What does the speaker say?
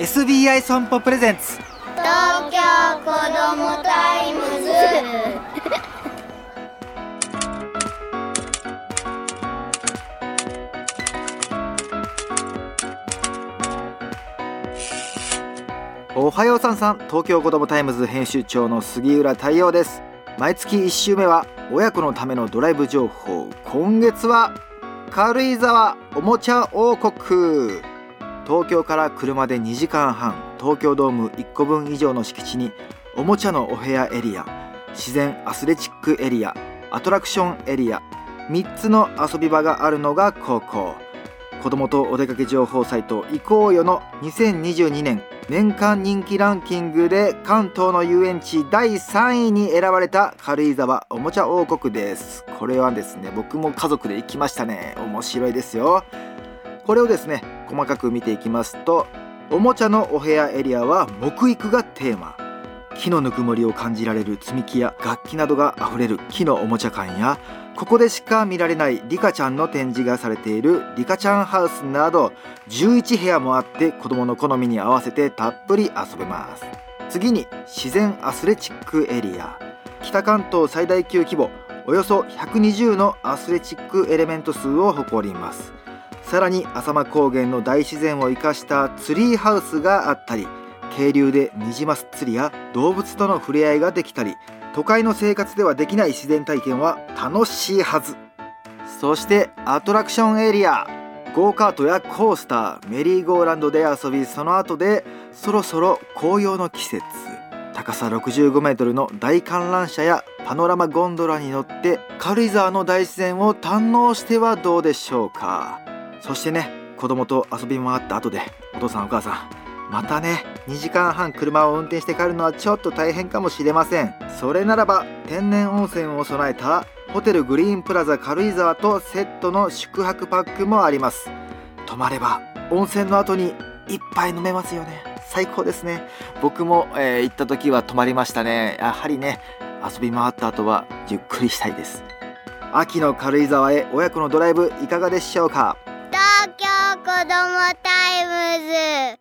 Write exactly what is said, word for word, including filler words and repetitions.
エスビーアイ 損保プレゼンツ東京子どもタイムズ。 おはようさんさん、東京子どもタイムズ編集長の杉浦太陽です。毎月いち週目は親子のためのドライブ情報。今月は軽井沢おもちゃ王国。東京から車でにじかんはん、東京ドームいっこぶん以上の敷地におもちゃのお部屋エリア、自然アスレチックエリア、アトラクションエリア、みっつの遊び場があるのがここ。子どもとお出かけ情報サイト行こうよのにせんにじゅうにねん年間人気ランキングで関東の遊園地だいさんいに選ばれた軽井沢おもちゃ王国です。これはですね、僕も家族で行きましたね。面白いですよ。これをですね、細かく見ていきますと、おもちゃのお部屋エリアは木育がテーマ。木のぬくもりを感じられる積み木や楽器などがあふれる木のおもちゃ館や、ここでしか見られないリカちゃんの展示がされているリカちゃんハウスなどじゅういちへやもあって、子どもの好みに合わせてたっぷり遊べます。次に自然アスレチックエリア。北関東最大級規模、およそひゃくにじゅうのアスレチックエレメント数を誇ります。さらに浅間高原の大自然を生かしたツリーハウスがあったり、渓流でニジマス釣りや動物との触れ合いができたり、都会の生活ではできない自然体験は楽しいはず。そしてアトラクションエリア、ゴーカートやコースター、メリーゴーランドで遊び、その後でそろそろ紅葉の季節。高さろくじゅうごメートルの大観覧車やパノラマゴンドラに乗って軽井沢の大自然を堪能してはどうでしょうか。そしてね、子供と遊び回った後でお父さんお母さん、またねにじかんはん車を運転して帰るのはちょっと大変かもしれません。それならば天然温泉を備えたホテルグリーンプラザ軽井沢とセットの宿泊パックもあります。泊まれば温泉の後に一杯飲めますよね。最高ですね。僕も、えー、行った時は泊まりましたね。やはりね、遊び回った後はゆっくりしたいです。秋の軽井沢へ親子のドライブいかがでしょうか。 東京子どもタイムズ。